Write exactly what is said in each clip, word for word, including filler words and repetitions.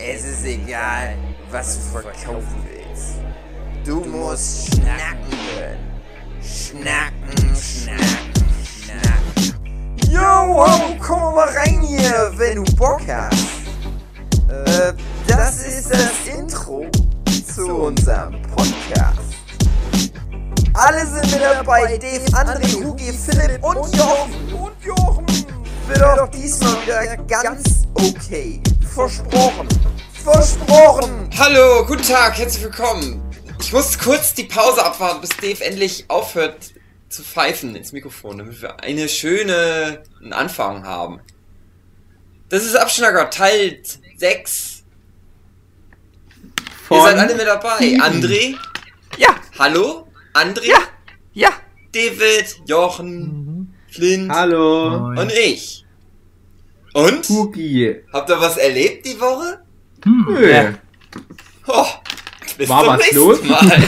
Es ist egal, was du verkaufen willst. Du musst schnacken können. Schnacken, schnacken, schnacken. Yo, ho, komm mal rein hier, wenn du Bock hast. Äh, das ist das Intro zu unserem Podcast. Alle sind mit dabei, Dave, André, Hugi, Philipp und Jochen. Und Jochen. Wird auch diesmal wieder ganz okay. Versprochen. Versprochen. Hallo, guten Tag, herzlich willkommen. Ich muss kurz die Pause abwarten, bis Dave endlich aufhört zu pfeifen ins Mikrofon, damit wir eine schöne einen Anfang haben. Das ist Abschnacker Teil sechs. Ihr seid alle mit dabei. sieben. André? Ja. Hallo? André? Ja. Ja. David, Jochen, Flint. Hallo. Und ich. Und? Hugi. Habt ihr was erlebt die Woche? Hm. Nö. Ja. Oh, bis War zum was nächsten los? Mal.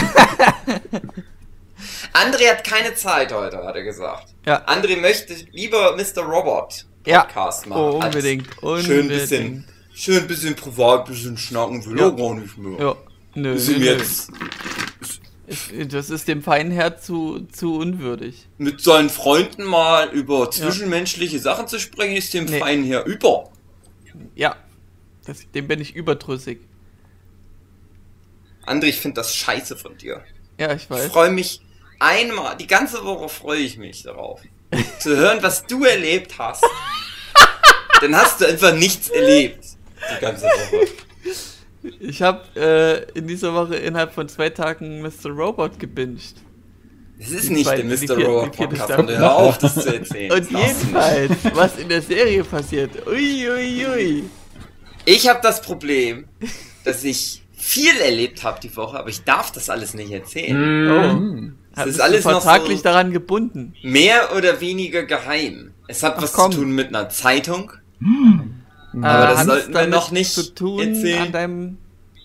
André hat keine Zeit heute, hat er gesagt. Ja. André möchte lieber Mister Robot Ja. Podcast machen. Oh, unbedingt. Als Schön unbedingt. bisschen, schön bisschen privat, bisschen schnacken will Ja. er gar nicht mehr. Ja. Nö, Ist ihm nö, jetzt nö. Das ist dem feinen Herr zu, zu unwürdig. mit seinen Freunden mal über zwischenmenschliche Sachen zu sprechen, ist dem Nee. feinen Herr über. Ja. Das, dem bin ich überdrüssig. André, ich finde das scheiße von dir. Ja, ich Ich weiß. freue mich einmal, die ganze Woche freue ich mich darauf, zu hören, was du erlebt hast. Dann hast du einfach nichts erlebt, die ganze Woche. Ich habe äh, in dieser Woche innerhalb von zwei Tagen Mister Robot gebinged. Es ist Die nicht zweite- der die Mister vierte- Robot die vierte Podcast, Staffel. und hör auf, das zu erzählen. Und Das darfst du nicht. jedenfalls, was in der Serie passiert. Ui, ui, ui. Ich habe das Problem, dass ich viel erlebt habe die Woche, aber ich darf das alles nicht erzählen. Mhm. Es Bist ist alles du noch vertraglich so daran gebunden. mehr oder weniger geheim. Es hat Ach, was komm. zu tun mit einer Zeitung. Aber das hat sollten wir damit noch nicht zu tun erzählen. an deinem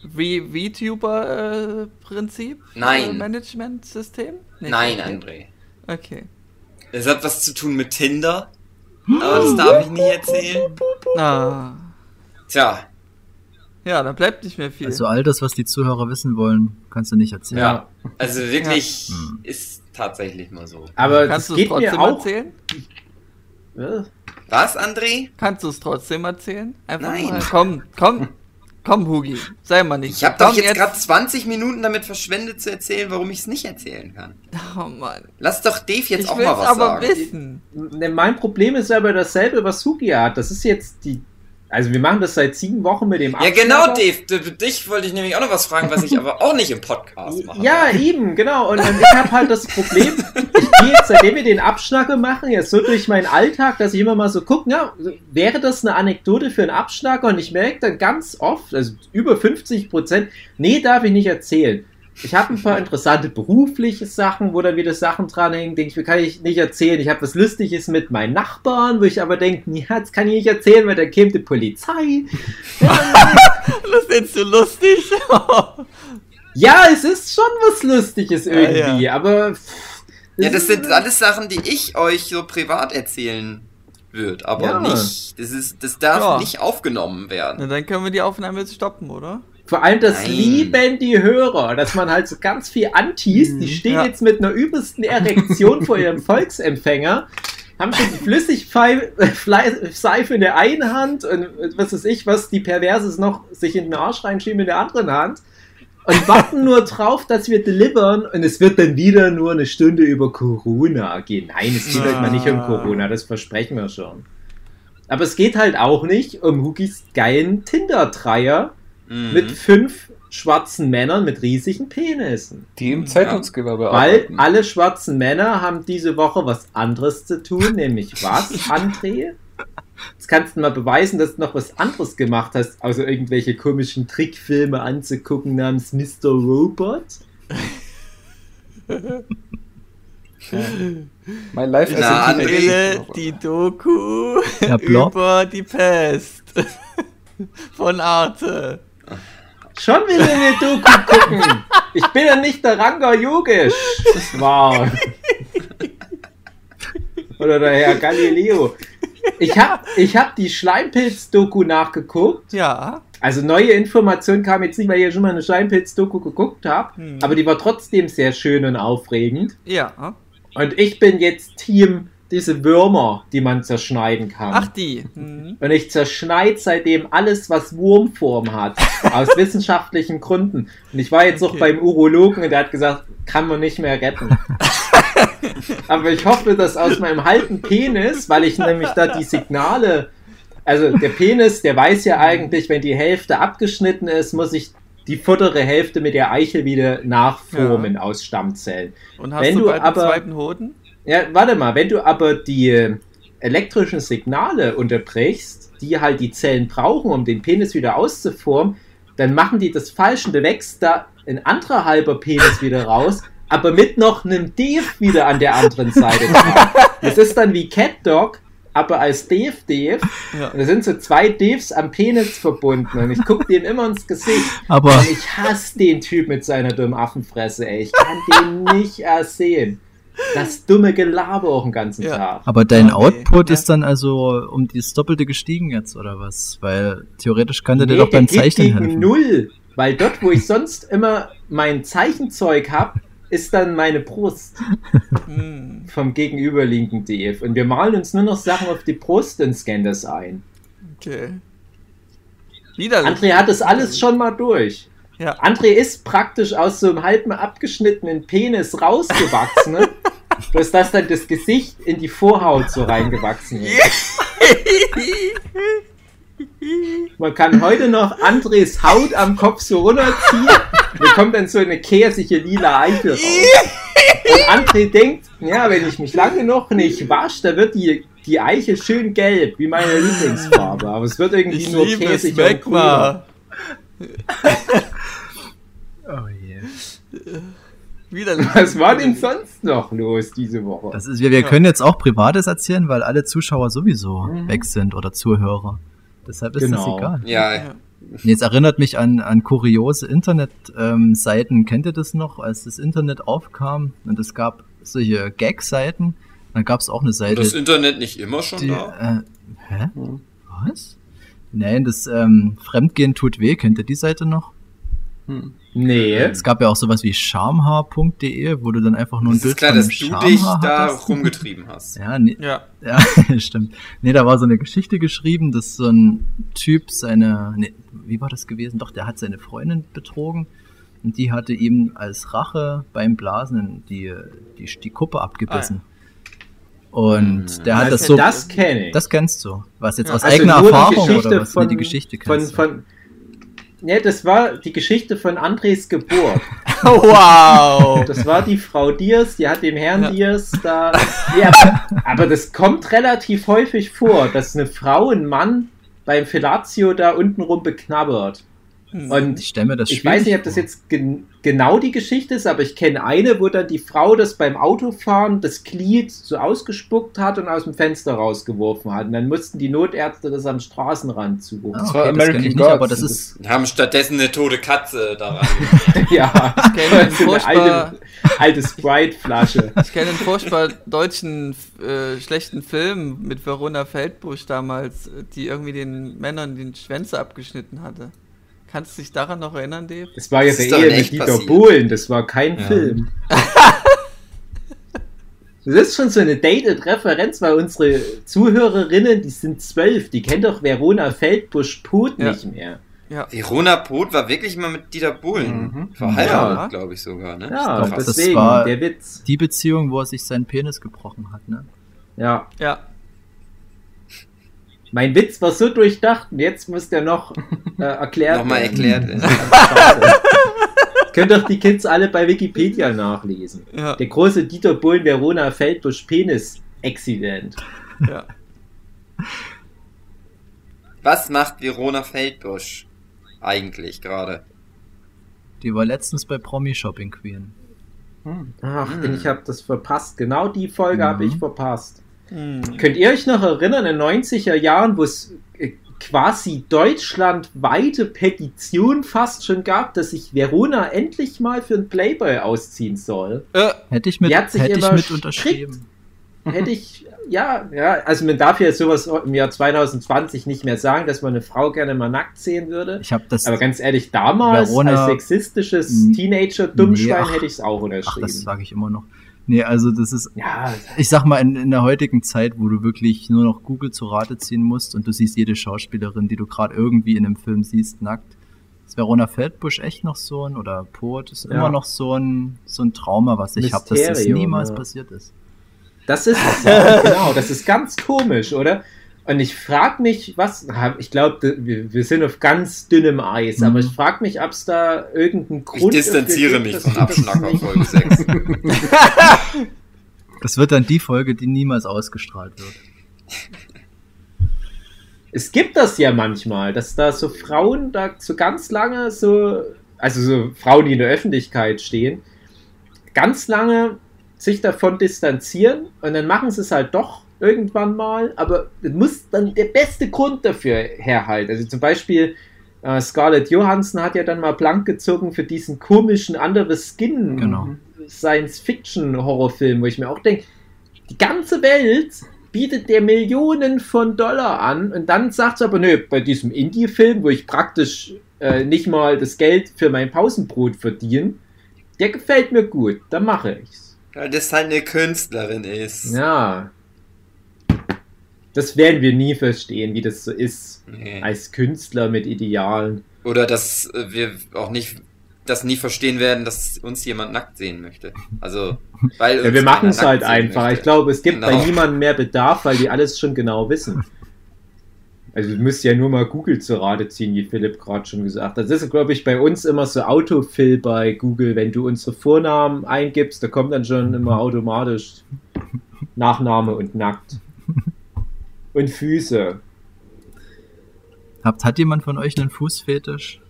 VTuber-Prinzip? Nein. Äh, Management-System? Nicht, Nein, okay. André. Okay. Es hat was zu tun mit Tinder, aber das darf ich nicht erzählen. Ah. Tja, Ja, dann bleibt nicht mehr viel. Also all das, was die Zuhörer wissen wollen, kannst du nicht erzählen. ja. Also wirklich Ja. ist tatsächlich mal so. Aber Kannst du das es geht mir trotzdem auch. erzählen? Ja. Was, André? Kannst du es trotzdem erzählen? Einfach Nein. mal. Komm, komm. Komm, Hugi. Sei mal nicht. Ich habe Komm doch jetzt gerade zwanzig Minuten damit verschwendet zu erzählen, warum ich es nicht erzählen kann. Oh Mann. Lass doch Dave jetzt Ich auch will's mal was aber sagen. wissen. Ne, mein Problem ist aber dasselbe, was Hugi hat. Das ist jetzt die. Also, wir machen das seit sieben Wochen mit dem Ja, genau, Abschnapper. Dave. D- Dich wollte ich nämlich auch noch was fragen, was ich aber auch nicht im Podcast mache. Ja, eben, genau. Und, und ich habe halt das Problem, ich gehe jetzt, seitdem wir den Abschnacker machen, jetzt so durch meinen Alltag, dass ich immer mal so gucke, ja, wäre das eine Anekdote für einen Abschnacker? Und ich merke dann ganz oft, also über fünfzig Prozent, nee, darf ich nicht erzählen. Ich habe ein paar interessante berufliche Sachen, wo dann wieder Sachen dranhängen, denke ich, mir kann ich nicht erzählen. Ich habe was Lustiges mit meinen Nachbarn, wo ich aber denke, ja, das kann ich nicht erzählen, weil da käme die Polizei. Das findest du lustig? Ja, es ist schon was Lustiges irgendwie, Ja, aber... Ja, das sind alles Sachen, die ich euch so privat erzählen würde, aber Ja. nicht. Das ist, das darf Ja. nicht aufgenommen werden. Na, dann können wir die Aufnahme jetzt stoppen, oder? Vor allem das Nein. lieben die Hörer, dass man halt so ganz viel anteast. Die stehen Ja. jetzt mit einer übelsten Erektion vor ihrem Volksempfänger, haben schon die Flüssigpfeife in der einen Hand und was weiß ich, was die Perverses noch sich in den Arsch reinschieben in der anderen Hand und warten nur drauf, dass wir delivern und es wird dann wieder nur eine Stunde über Corona gehen. Nein, es geht Ah. halt mal nicht um Corona, das versprechen wir schon. Aber es geht halt auch nicht um Hugis geilen Tinder-Dreier, Mhm. mit fünf schwarzen Männern mit riesigen Penissen. Die im Zeitungsgewerbe Weil arbeiten. alle schwarzen Männer haben diese Woche was anderes zu tun, nämlich was, André? Jetzt kannst du mal beweisen, dass du noch was anderes gemacht hast, außer irgendwelche komischen Trickfilme anzugucken namens Mister Robot. Mein live Na, Ich André. empfehle die Doku Ja, Blob. über die Pest von Arte. Schon will ich eine Doku gucken. Ich bin ja nicht der Ranga Yogesh. Wow. Oder der Herr Galileo. Ich hab, ich hab die Schleimpilz-Doku nachgeguckt. Ja. Also neue Informationen kam jetzt nicht, weil ich ja schon mal eine Scheinpilz-Doku geguckt habe, Hm. aber die war trotzdem sehr schön und aufregend. Ja. Und ich bin jetzt Team diese Würmer, die man zerschneiden kann. Ach, die. Mhm. Und ich zerschneide seitdem alles, was Wurmform hat, aus wissenschaftlichen Gründen. Und ich war jetzt Okay. auch beim Urologen und der hat gesagt, kann man nicht mehr retten. Aber ich hoffe, dass aus meinem halben Penis, weil ich nämlich da die Signale, also der Penis, der weiß ja eigentlich, wenn die Hälfte abgeschnitten ist, muss ich die vordere Hälfte mit der Eichel wieder nachformen Ja. aus Stammzellen. Und hast Wenn du du bald aber- einen zweiten Hoden? Ja, warte mal, wenn du aber die äh, elektrischen Signale unterbrichst, die halt die Zellen brauchen, um den Penis wieder auszuformen, dann machen die das falsch und da wächst da ein anderer halber Penis wieder raus, aber mit noch einem Dave wieder an der anderen Seite drauf. Das ist dann wie Cat Dog, aber als Dave Dave. Ja. Und da sind so zwei Daves am Penis verbunden und ich gucke dem immer ins Gesicht. Aber Und ich hasse den Typ mit seiner dummen Affenfresse, ey. Ich kann den nicht ersehen. Das dumme Gelaber auch den ganzen Ja. Tag. Aber dein Okay, Output ja. ist dann also um das Doppelte gestiegen jetzt, oder was? Weil theoretisch könnte der Nee, doch beim der geht Zeichnen gegen helfen. Null. Weil dort, wo ich sonst immer mein Zeichenzeug habe, ist dann meine Brust Hm. vom gegenüberliegenden D F. Und wir malen uns nur noch Sachen auf die Brust und scannen das ein. Okay. Widerlich. André hat das alles schon mal durch. Ja. André ist praktisch aus so einem halben abgeschnittenen Penis rausgewachsen, ne? Bloß dass dann das Gesicht in die Vorhaut so reingewachsen ist. Man kann heute noch Andres Haut am Kopf so runterziehen, da kommt dann so eine käsige lila Eichel raus. Und André denkt, ja, wenn ich mich lange noch nicht wasche, da wird die, die Eichel schön gelb, wie meine Lieblingsfarbe. Aber es wird irgendwie Ich nur liebe es, käsig und grüner. Magma. Oh je. Widerlich. Was war denn sonst noch los diese Woche? Das ist, wir, wir Ja. können jetzt auch Privates erzählen, weil alle Zuschauer sowieso Mhm. weg sind oder Zuhörer. Deshalb ist Genau. das egal. Ja, Ja. Jetzt erinnert mich an, an kuriose Internetseiten. Kennt ihr das noch, als das Internet aufkam und es gab solche Gag-Seiten? Dann gab es auch eine war Seite, das Internet nicht immer schon die, da? äh, hä? Was? Nein, das ähm, Fremdgehen tut weh. Kennt ihr die Seite noch? Nee. Es gab ja auch sowas wie schamhaar punkt de, wo du dann einfach nur ein Es Bild ist klar, von dass einem du dich Schamhaar da hattest. rumgetrieben hast. Ja, nee, Ja. ja, stimmt. Nee, da war so eine Geschichte geschrieben, dass so ein Typ seine, nee, wie war das gewesen? Doch, der hat seine Freundin betrogen und die hatte ihm als Rache beim Blasen die, die, die Kuppe abgebissen. Und der hat Also das so, das kenne ich. das kennst du. Was jetzt Ja. aus Also eigener nur die Erfahrung Geschichte oder was? von- nee, die Geschichte von, kennst du. von, ja, das war die Geschichte von Andres Geburt. Wow. Das war die Frau Diers, die hat dem Herrn Ja. Diers da. Ja, aber, aber das kommt relativ häufig vor, dass eine Frau einen Mann beim Fellatio da untenrum beknabbert. Und ich stelle mir das ich weiß nicht, ob das vor. jetzt gen genau die Geschichte ist, aber ich kenne eine, wo dann die Frau das beim Autofahren das Glied so ausgespuckt hat und aus dem Fenster rausgeworfen hat. Und dann mussten die Notärzte das am Straßenrand suchen. Ah, Das war okay, das kenn American ich nicht, aber Gods. das ist, Wir haben stattdessen eine tote Katze daran. Ja, kenne einen so eine furchtbar- alte, alte Sprite-Flasche. Ich kenne einen furchtbar deutschen, äh, schlechten Film mit Verona Feldbusch damals, die irgendwie den Männern den Schwänze abgeschnitten hatte. Kannst du dich daran noch erinnern, Dave? Das war ja Das der ist doch in Ehe mit echt Dieter passiert. Bohlen, das war kein Ja. Film. Das ist schon so eine dated Referenz, weil unsere Zuhörerinnen, die sind zwölf, die kennen doch Verona Feldbusch-Put Ja. nicht mehr. Ja. Verona Poth war wirklich mal mit Dieter Bohlen Mhm. verheiratet, Ja. glaube ich sogar, ne? Ja, glaub, das deswegen, war- der Witz. die Beziehung, wo er sich seinen Penis gebrochen hat, ne? Ja, Ja. mein Witz war so durchdacht und jetzt muss der noch äh, erklärt Nochmal werden. erklärt werden. Das können doch die Kids alle bei Wikipedia nachlesen. Ja. Der große Dieter Bohlen Verona Feldbusch Penis-Accident. Ja. Was macht Verona Feldbusch eigentlich gerade? Die war letztens bei Promi Shopping Queen. Ach, Hm. denn ich habe das verpasst. Genau die Folge Mhm. habe ich verpasst. Hm. Könnt ihr euch noch erinnern, in den neunziger Jahren, wo es äh, quasi deutschlandweite Petition fast schon gab, dass sich Verona endlich mal für einen Playboy ausziehen soll? Äh, Hätte ich mit, Die hat sich hätte ich immer mit strikt- unterschrieben. Hätte ich ja, ja, also man darf ja sowas im Jahr zwanzig zwanzig nicht mehr sagen, dass man eine Frau gerne mal nackt sehen würde. Ich habe das. Aber ganz ehrlich, damals Verona, als sexistisches m- Teenager-Dummschwein nee, ach, hätte ich es auch Ach, unterschrieben. das sage ich immer noch. Nee, also das ist, ja, ich sag mal, in, in der heutigen Zeit, wo du wirklich nur noch Google zu Rate ziehen musst und du siehst jede Schauspielerin, die du gerade irgendwie in einem Film siehst, nackt. Ist Verona Feldbusch echt noch so ein, oder Poet ist Ja. immer noch so ein, so ein Trauma, was ich habe, dass das Mysterium, niemals ja. passiert ist. das ist es ja, genau, das ist ganz komisch, oder? Und ich frage mich, was, ich glaube, wir, wir sind auf ganz dünnem Eis, Mhm. aber ich frage mich, ob es da irgendeinen Ich Grund distanziere dafür gibt, mich dass von das Abschnacker nicht- Folge sechs. Das wird dann die Folge, die niemals ausgestrahlt wird. Es gibt das ja manchmal, dass da so Frauen da so ganz lange so, also so Frauen, die in der Öffentlichkeit stehen, ganz lange sich davon distanzieren und dann machen sie es halt doch irgendwann mal, aber es muss dann der beste Grund dafür herhalten. Also zum Beispiel äh, Scarlett Johansson hat ja dann mal blank gezogen für diesen komischen Under the Skin Genau. Science-Fiction-Horrorfilm, wo ich mir auch denke, die ganze Welt bietet der Millionen von Dollar an und dann sagt sie aber, nö, bei diesem Indie-Film, wo ich praktisch äh, nicht mal das Geld für mein Pausenbrot verdiene, der gefällt mir gut, dann mache ich's. Weil das halt eine Künstlerin ist. Ja. Das werden wir nie verstehen, wie das so ist, Nee. als Künstler mit Idealen. Oder dass äh, wir auch nicht das nie verstehen werden, dass uns jemand nackt sehen möchte. Also, weil Ja, uns wir machen keiner es halt nackt sehen einfach. möchte. Ich glaube, es gibt Genau. bei niemandem mehr Bedarf, weil die alles schon genau wissen. Also du müsst ja nur mal Google zur Rate ziehen, wie Philipp gerade schon gesagt hat. Das ist, glaube ich, bei uns immer so Autofill bei Google. Wenn du unsere Vornamen eingibst, da kommt dann schon immer automatisch Nachname und nackt. Und Füße. Habt, hat jemand von euch einen Fußfetisch?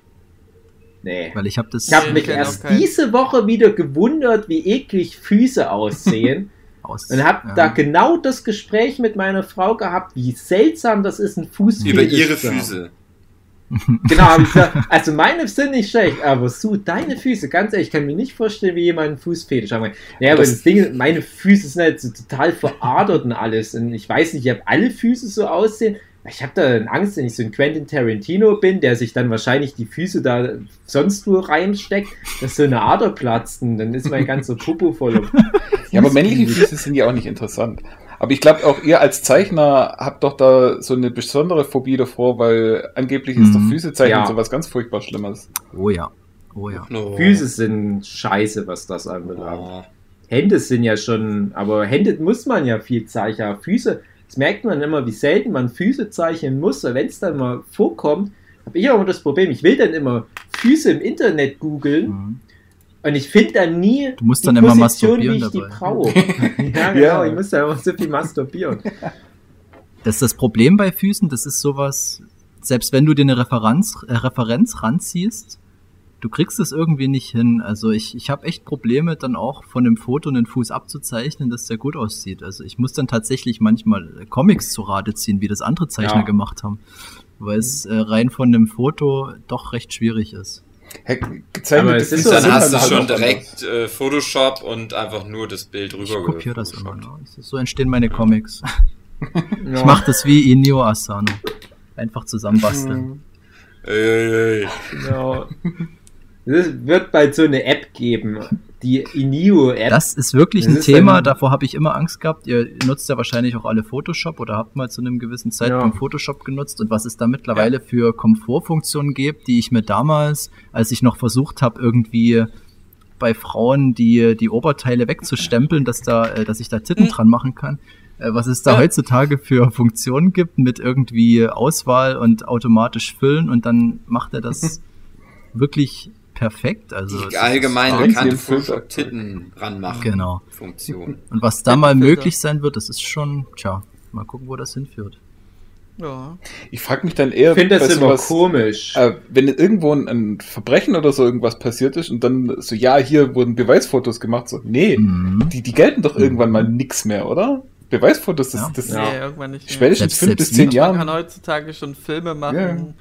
Nee. Weil ich habe das Ich habe Nee, mich ich kenn erst auch keinen. diese Woche wieder gewundert, wie eklig Füße aussehen. aus. Und habe ja. da genau das Gespräch mit meiner Frau gehabt, wie seltsam das ist, ein Fuß Über ihre Füße. Genau, hab ich gesagt, also meine sind nicht schlecht, aber so deine Füße, ganz ehrlich, ich kann mir nicht vorstellen, wie jemand einen Fußfetisch haben kann. Ja, aber Das- das Ding, meine Füße sind halt so total veradert und alles. Und ich weiß nicht, ob alle Füße so aussehen. Ich habe da Angst, wenn ich so ein Quentin Tarantino bin, der sich dann wahrscheinlich die Füße da sonst wo reinsteckt, dass so eine Ader platzt und dann ist mein ganzer Popo voll. Ja, aber männliche Füße sind ja auch nicht interessant. Aber ich glaube, auch ihr als Zeichner habt doch da so eine besondere Phobie davor, weil angeblich ist doch Mhm. Füße zeichnen Ja. so was ganz furchtbar Schlimmes. Oh ja. Oh ja. No. Füße sind scheiße, was das anbelangt. Oh. Hände sind ja schon, aber Hände muss man ja viel zeichnen. Aber Füße, das merkt man immer, wie selten man Füße zeichnen muss. Wenn es dann mal vorkommt, habe ich auch immer das Problem, ich will dann immer Füße im Internet googeln Mhm. und ich finde dann nie Du musst die dann immer Position, wie masturbieren ich die dabei. brauche. Ja, genau, Ja. ich muss da immer so viel masturbieren. Das ist das Problem bei Füßen, das ist sowas, selbst wenn du dir eine Referenz, äh, Referenz ranziehst, du kriegst es irgendwie nicht hin. Also ich, ich habe echt Probleme, dann auch von dem Foto einen Fuß abzuzeichnen, dass der gut aussieht. Also ich muss dann tatsächlich manchmal Comics zu Rate ziehen, wie das andere Zeichner Ja. gemacht haben, weil es äh, rein von dem Foto doch recht schwierig ist. Hä, gezeichnete Aber es ist Füße so, Dann sind hast du halt schon auch direkt äh, Photoshop und einfach nur das Bild Ich rüber. kopiere das immer. gefotoshoppt. Ne? So entstehen meine Comics. Ja. Ich mache das wie Inio Asano. Einfach zusammenbasteln. Ey, ey, ey. Genau. Es wird bald so eine App geben, die Inio-App. Das ist wirklich Das ein ist Thema, ein- davor habe ich immer Angst gehabt. Ihr nutzt ja wahrscheinlich auch alle Photoshop oder habt mal zu einem gewissen Zeitpunkt Ja. Photoshop genutzt. Und was es da mittlerweile für Komfortfunktionen gibt, die ich mir damals, als ich noch versucht habe, irgendwie bei Frauen die, die Oberteile wegzustempeln, dass da, äh, dass ich da Titten dran machen kann. Äh, Was es da Ja. heutzutage für Funktionen gibt mit irgendwie Auswahl und automatisch füllen und dann macht er das wirklich perfekt. Also es Die ist allgemein Wahnsinn, bekannte den Filter. Photoshop-Titten ranmachen. Genau. Funktion. Und was da mal Filter. möglich sein wird, das ist schon, tja, mal gucken, wo das hinführt. Ja. Ich frage mich dann eher, Ich finde das bei immer sowas, komisch. äh, wenn irgendwo ein, ein Verbrechen oder so irgendwas passiert ist und dann so, ja, hier wurden Beweisfotos gemacht, so, nee, Mhm. die, die gelten doch irgendwann mal nix mehr, oder? Beweisfotos, das, Ja. das Ja. Nee, irgendwann nicht mehr. spätestens Selbst- fünf bis selbst zehn nicht. Man Jahren. kann heutzutage schon Filme machen, Ja.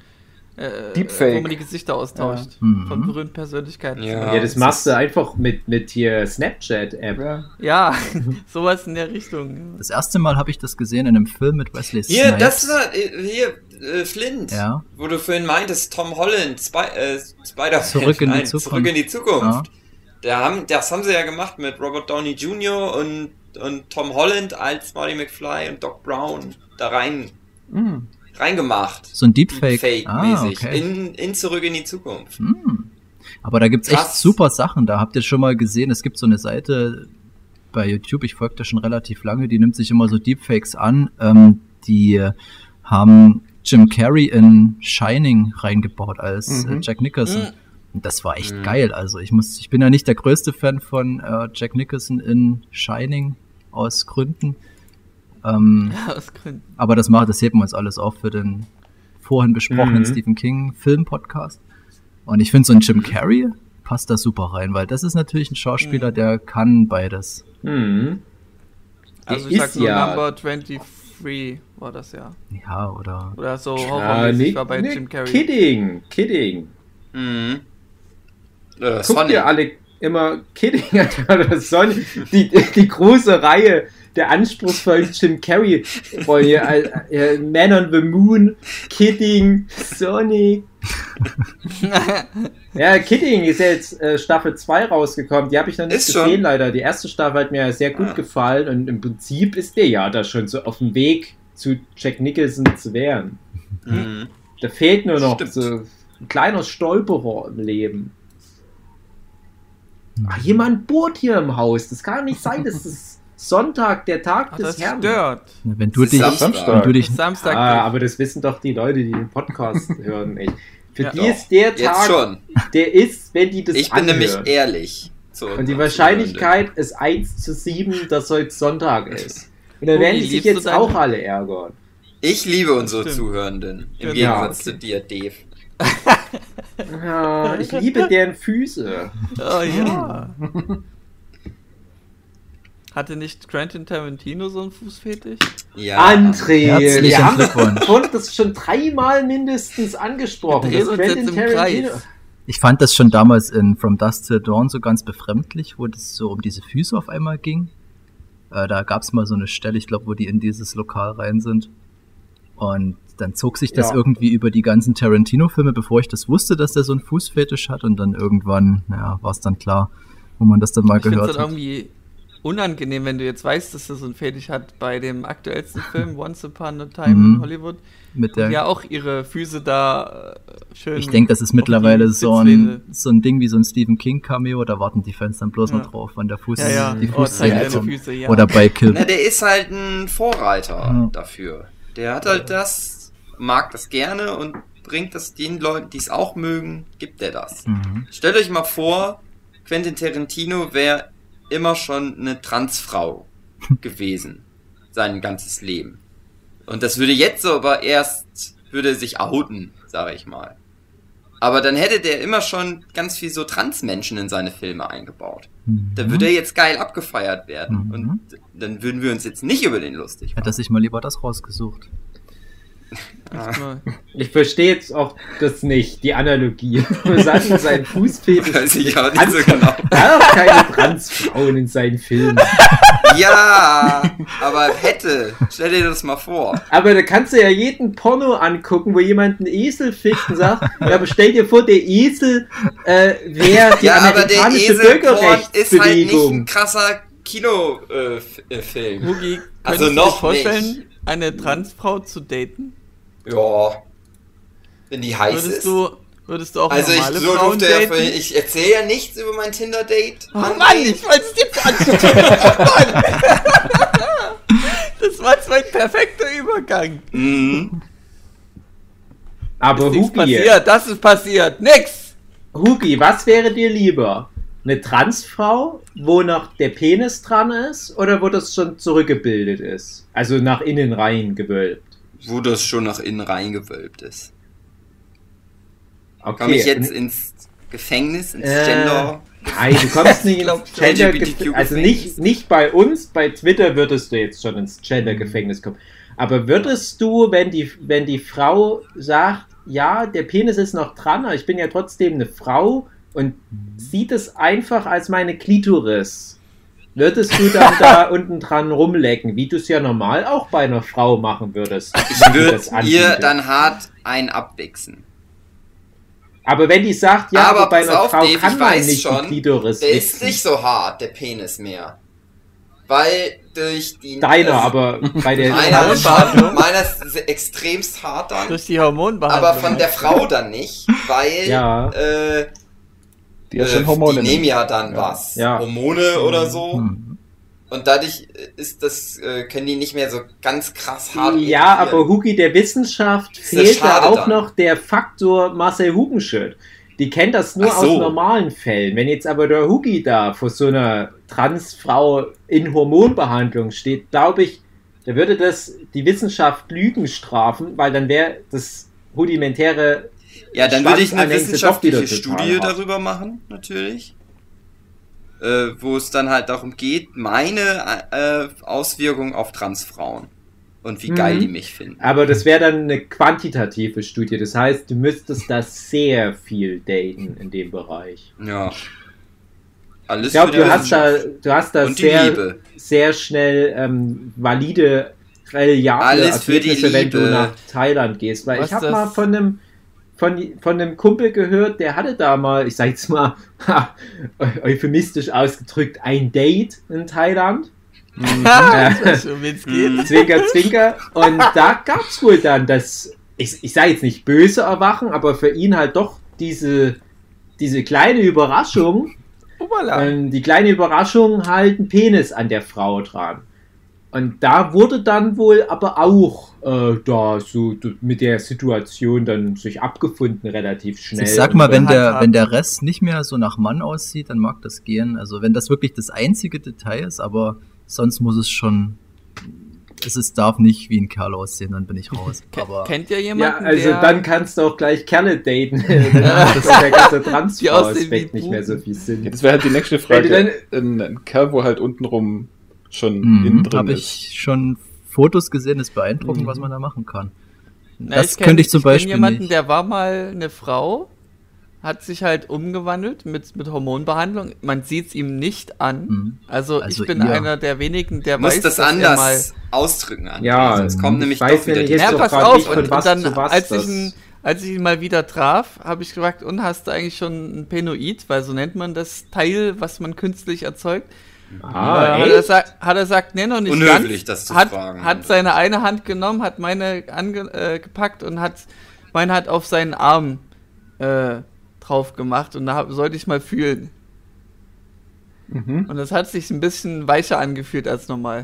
äh, Deepfake. wo man die Gesichter austauscht Ja. Mhm. von berühmten Persönlichkeiten. Ja. Ja, das machst du einfach mit, mit hier Snapchat-App. Ja. Ja, sowas in der Richtung. Das erste Mal habe ich das gesehen in einem Film mit Wesley Snipes. Hier, das war, äh, hier, äh, Flint, Ja. wo du vorhin meintest, Tom Holland, Spy, äh, Spider-Man, Zurück in die nein, Zukunft. Zurück in die Zukunft. Ja. Da haben, das haben sie ja gemacht mit Robert Downey Junior und, und Tom Holland als Marty McFly und Doc Brown da rein, Mhm. reingemacht. So ein Deepfake. Deepfake-mäßig. Ah, okay. in, in Zurück in die Zukunft. Hm. Aber da gibt's echt Krass. super Sachen. Da habt ihr schon mal gesehen, es gibt so eine Seite bei YouTube, ich folge da schon relativ lange, die nimmt sich immer so Deepfakes an. Ähm, die haben Jim Carrey in Shining reingebaut als Mhm. äh, Jack Nicholson. Mhm. Und das war echt Mhm. geil. Also ich muss, ich bin ja nicht der größte Fan von äh, Jack Nicholson in Shining aus Gründen. Ähm, Aus Gründen. aber das macht, das heben wir uns alles auf für den vorhin besprochenen Mhm. Stephen King Film-Podcast. Und ich finde, so ein Jim Carrey passt da super rein, weil das ist natürlich ein Schauspieler, Mhm. der kann beides. Mhm. Also Der ich sag ist nur ja- Number dreiundzwanzig war das ja. Ja, oder Oder so Ja, horrormäßig nicht, war bei nicht Jim Carrey. kidding, kidding. Mhm. Äh, Guckt Sonic. ihr alle immer Kidding oder Sonic? Die, die große Reihe der anspruchsvollen Jim Carrey Rollen hier, äh, äh, Man on the Moon, Kidding, Sonic. Ja, Kidding ist jetzt äh, Staffel zwei rausgekommen. Die habe ich noch nicht Ist gesehen, schon? leider. Die erste Staffel hat mir sehr gut Ah. gefallen und im Prinzip ist der ja da schon so auf dem Weg zu Jack Nicholson zu werden. Mhm. Da fehlt nur noch Stimmt. so ein kleiner Stolperer im Leben. Ach, jemand bohrt hier im Haus. Das kann doch nicht sein, das ist Sonntag, der Tag Ach, des das Herrn. stört. wenn du Es ist dich, Samstag. wenn du dich, Das ist Samstag. Ah, aber das wissen doch die Leute, die den Podcast hören. Echt. Für Ja, die doch. ist der Jetzt Tag, schon. der ist, wenn die das Ich bin anhören. nämlich ehrlich. zu Und die unseren Wahrscheinlichkeit ist eins zu sieben, dass heute Sonntag ist. Und dann Uli, werden die sich liebst du jetzt deine- auch alle ärgern. Ich liebe unsere Stimmt. Zuhörenden. Im Genau. Gegensatz Okay. zu dir, Dave. Ja, ich liebe deren Füße. Oh ja. Hatte nicht Quentin Tarantino so einen Fußfetisch? Ja. André, Herzlichen wir haben Glückwunsch. schon, das schon dreimal mindestens angesprochen. Wir drehen Das uns Quentin jetzt im Tarantino. Kreis. ich fand das schon damals in From Dusk Till Dawn so ganz befremdlich, wo das so um diese Füße auf einmal ging. Äh, da gab's mal so eine Stelle, ich glaube, wo die in dieses Lokal rein sind. Und dann zog sich das Ja. irgendwie über die ganzen Tarantino-Filme, bevor ich das wusste, dass der so einen Fußfetisch hat. Und dann irgendwann, naja, war es dann klar, wo man das dann mal Ich finde es gehört dann hat. irgendwie unangenehm, wenn du jetzt weißt, dass er so einen Fetisch hat bei dem aktuellsten Film Once Upon a Time Mhm. in Hollywood. Mit Die der, ja auch ihre Füße da äh, schön. ich denke, das ist auf mittlerweile die so Sitzlehne. ein, so ein Ding wie so ein Stephen King-Cameo, da warten die Fans dann bloß Ja. noch drauf, wann der Fuß, Ja, ja. die Oh, zeig Fußszene deine kommt. Füße, ja. Oder bei Kill Na, der ist halt ein Vorreiter Ja. dafür. Der hat halt das, mag das gerne und bringt das den Leuten, die es auch mögen, gibt er das. Mhm. Stellt euch mal vor, Quentin Tarantino wäre immer schon eine Transfrau gewesen. Sein ganzes Leben. Und das würde jetzt so aber erst, würde sich outen, sage ich mal. Aber dann hätte der immer schon ganz viel so Transmenschen in seine Filme eingebaut. Mhm. Da würde er jetzt geil abgefeiert werden. Mhm. Und dann würden wir uns jetzt nicht über den lustig Hätte er sich mal lieber das rausgesucht. Echt mal. Ich verstehe jetzt auch das nicht, die Analogie. Wir sagen, sein Fußfetisch. Weiß ich auch nicht so genau. Er hat auch keine Transfrauen in seinen Filmen. Ja, aber hätte. Stell dir das mal vor. Aber da kannst du ja jeden Porno angucken, wo jemand einen Esel fickt und sagt, ja, aber stell dir vor, der Esel äh, wäre die Ja, aber der amerikanische Eselporn ist halt nicht ein Bürgerrechtsbewegung. krasser Kinofilm. Hugi, könntest Also du dir noch vorstellen, nicht. eine Transfrau zu daten? Ja. Wenn die heiß Würdest ist. du, würdest du auch Also ich normale so Frauen durfte ja daten? vorhin, ich erzähle ja nichts über mein Tinder-Date. Oh Mann, ich wollte es dir anstellen. Das war zwar ein perfekter Übergang. Mhm. Aber Ist nichts Hugi, passiert, das ist passiert. Nix. Hugi, was wäre dir lieber? Eine Transfrau, wo noch der Penis dran ist oder wo das schon zurückgebildet ist? Also nach innen rein gewölbt. Wo das schon nach innen reingewölbt ist. Okay. Komme ich jetzt ins Gefängnis, ins Äh, Gender? Nein, du kommst nicht Ich glaub, ins Gender L G B T Q Also Gefängnis. nicht, nicht bei uns, bei Twitter würdest du jetzt schon ins Gender-Gefängnis kommen. Aber würdest du, wenn die, wenn die Frau sagt, ja, der Penis ist noch dran, aber ich bin ja trotzdem eine Frau und sieht es einfach als meine Klitoris. Würdest du dann da unten dran rumlecken, wie du es ja normal auch bei einer Frau machen würdest? Ich würde ihr dann hart einen abwichsen. Aber wenn die sagt, ja, aber aber bei einer auf, Frau Dave, kann man nicht schon, die Klitoris der wichsen. ist nicht so hart, der Penis mehr. Weil durch die... Deiner, also, aber bei der... meiner ist schon, meiner ist extremst hart dann. Durch die Hormonbehandlung. Aber von der Frau dann nicht, weil... Ja. Äh, Die hat schon äh, Hormone. Die nehmen ja dann was. Ja. Hormone oder so. Hm. Und dadurch ist das, äh, können die nicht mehr so ganz krass hart Ja, irritieren. aber Hugi, der Wissenschaft ja fehlt da schade auch dann. noch der Faktor Marcel Hugenschild. Die kennt das nur Ach so. aus normalen Fällen. Wenn jetzt aber der Hugi da vor so einer Transfrau in Hormonbehandlung steht, glaube ich, da würde das die Wissenschaft Lügen strafen, weil dann wäre das rudimentäre... Ja, dann würde ich eine Schwanzanhängse doch wieder wissenschaftliche total Studie hart. darüber machen, natürlich. Äh, wo es dann halt darum geht, meine äh, Auswirkungen auf Transfrauen. Und wie Mhm. geil die mich finden. Aber das wäre dann eine quantitative Studie. Das heißt, du müsstest da sehr viel daten in dem Bereich. Ja. Alles Ich glaube, für die du hast da, Wissenschaft. du hast da Und die sehr, Liebe. sehr schnell ähm, valide, reliable Alles für die Ergebnisse, wenn du Liebe. nach Thailand gehst. Weil Was ich habe das- mal von einem von, von einem Kumpel gehört, der hatte da mal, ich sag jetzt mal, ha, euphemistisch ausgedrückt, ein Date in Thailand. Ich weiß schon, wie's geht. Zwinker, zwinker. Und da gab es wohl dann das, ich, ich sage jetzt nicht böse Erwachen, aber für ihn halt doch diese, diese kleine Überraschung, Obala. ähm, die kleine Überraschung halt ein Penis an der Frau dran. Und da wurde dann wohl aber auch äh, da so d- mit der Situation dann sich abgefunden relativ schnell. Ich sag Und mal, dann wenn der, handhaben. wenn der Rest nicht mehr so nach Mann aussieht, dann mag das gehen. Also wenn das wirklich das einzige Detail ist, aber sonst muss es schon, es ist, darf nicht wie ein Kerl aussehen, dann bin ich raus. Ke- Aber Kennt ihr ja, jemanden, also der... dann kannst du auch gleich Kerle daten. Dann ist der ganze Die Transfrau-Aspekt aussehen wie nicht mehr so viel Sinn. Ja, das wäre halt die nächste Wenn du Frage. Ein, ein Kerl, wo halt untenrum schon innen mhm, drin habe ist. ich schon Fotos gesehen, ist beeindruckend, Mhm. was man da machen kann. Na, das kenn- könnte ich zum kenn Beispiel jemanden, nicht. der war mal eine Frau, hat sich halt umgewandelt mit, mit Hormonbehandlung. Man sieht es ihm nicht an. Mhm. Also, Also ich bin ihr- einer der wenigen, der Muss weiß, das dass er mal... anders ausdrücken an. Ja, Sonst kommt ich nämlich weiß doch wieder nicht, die jetzt Ja, doch pass grad auf. nicht, von Und, was und dann, zu was als ich, das- ihn, als ich ihn mal wieder traf, habe ich gefragt, und hast du eigentlich schon ein Penoid? Weil so nennt man das Teil, was man künstlich erzeugt. Ah, äh, hat, er echt? gesagt, hat er gesagt, nee, noch nicht Unhöflich, ganz. das zu hat, fragen. Hat seine eine Hand genommen, hat meine angepackt äh, gepackt und hat meine hat auf seinen Arm äh, drauf gemacht. Und da hab, sollte ich mal fühlen. Mhm. Und das hat sich ein bisschen weicher angefühlt als normal.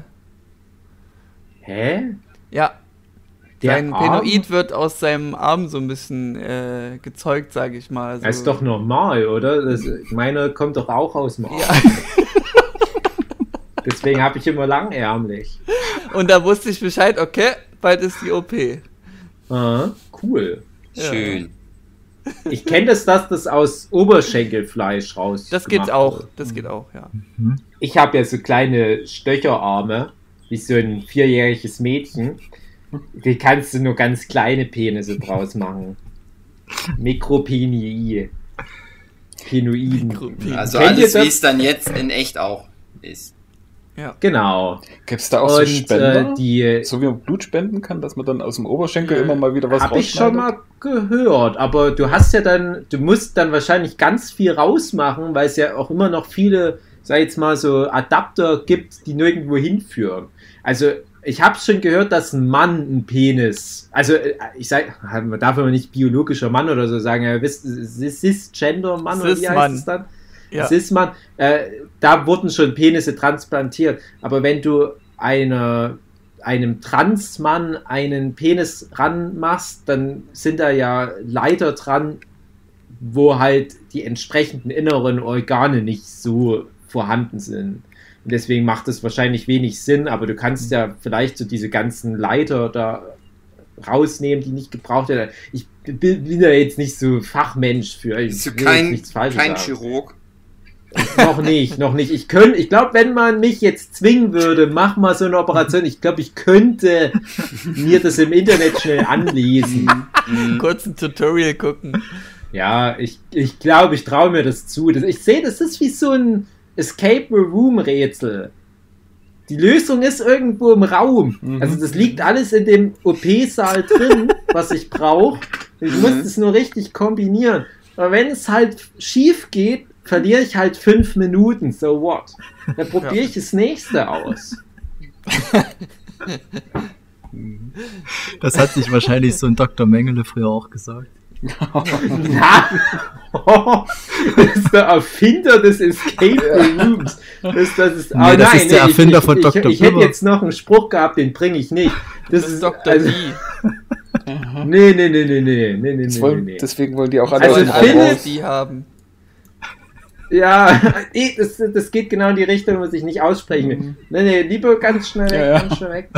Hä? Ja. Der Sein Arm? Penoid wird aus seinem Arm so ein bisschen äh, gezeugt, sage ich mal. Also, Das ist doch normal, oder? Das, meine kommt doch auch aus dem Arm. ja. Deswegen habe ich immer langärmlich. Und da wusste ich Bescheid, okay, bald ist die O P. Ah, cool. Schön. Ich kenne das, dass das aus Oberschenkelfleisch raus. Das geht gemacht auch, wird. das geht auch, ja. Ich habe ja so kleine Stöcherarme, wie so ein vierjähriges Mädchen. Die kannst du nur ganz kleine Penisse draus machen. Mikropenii. Penoiden. Mikropenii. Also Kennt ihr alles, das? wie es dann jetzt in echt auch ist. Genau. Gibt es da auch so Und Spender? äh, die So wie man Blut spenden kann, dass man dann aus dem Oberschenkel immer mal wieder was habe ich schon rausschneidet? mal gehört, aber du hast ja dann, du musst dann wahrscheinlich ganz viel rausmachen, weil es ja auch immer noch viele, sag ich jetzt mal so Adapter gibt, die nirgendwo hinführen. Also ich habe schon gehört, dass ein Mann einen Penis, also äh, ich sag, man darf immer nicht biologischer Mann oder so sagen, ja, wisst, Cisgender Mann oder wie heißt Cis-Mann. es dann? Ja. Cis-Mann, äh, da wurden schon Penisse transplantiert, aber wenn du eine, einem Transmann einen Penis ranmachst, dann sind da ja Leiter dran, wo halt die entsprechenden inneren Organe nicht so vorhanden sind. Und deswegen macht es wahrscheinlich wenig Sinn, aber du kannst ja vielleicht so diese ganzen Leiter da rausnehmen, die nicht gebraucht werden. Ich bin, bin da jetzt nicht so Fachmensch für. Ich Bist du will jetzt kein, nichts Falsches kein sagen. Chirurg? Noch nicht, noch nicht. Ich könnte, ich glaube, wenn man mich jetzt zwingen würde, mach mal so eine Operation, ich glaube, ich könnte mir das im Internet schnell anlesen. kurz ein Tutorial gucken. Ja, ich, ich glaube, ich traue mir das zu. Das, ich sehe, das ist wie so ein Escape Room Rätsel. Die Lösung ist irgendwo im Raum. Mhm. Also das liegt alles in dem O P-Saal drin, was ich brauche. Ich mhm. muss es nur richtig kombinieren. Aber wenn es halt schief geht, verliere ich halt fünf Minuten. So what? Dann probiere ich das nächste aus. Das hat sich wahrscheinlich so ein Doktor Mengele früher auch gesagt. Na, oh, das ist der Erfinder des Escape Rooms. Das, das ist, nee, oh, das nein, ist der nee, Erfinder ich, von ich, Doktor Ich, ich hätte jetzt noch einen Spruch gehabt, den bringe ich nicht. Das, Das ist ist Doktor also, D. Nee, nee, nee, nee, nee, nee, nee, Das nee, wollen, nee. Deswegen wollen die auch alle Also aus dem Philipp- Raum raus. Die haben. Ja, eh, das, das geht genau in die Richtung, was ich nicht aussprechen will. Mhm. Nee, nee, lieber ganz schnell weg, Ja, ja. ganz schnell weg.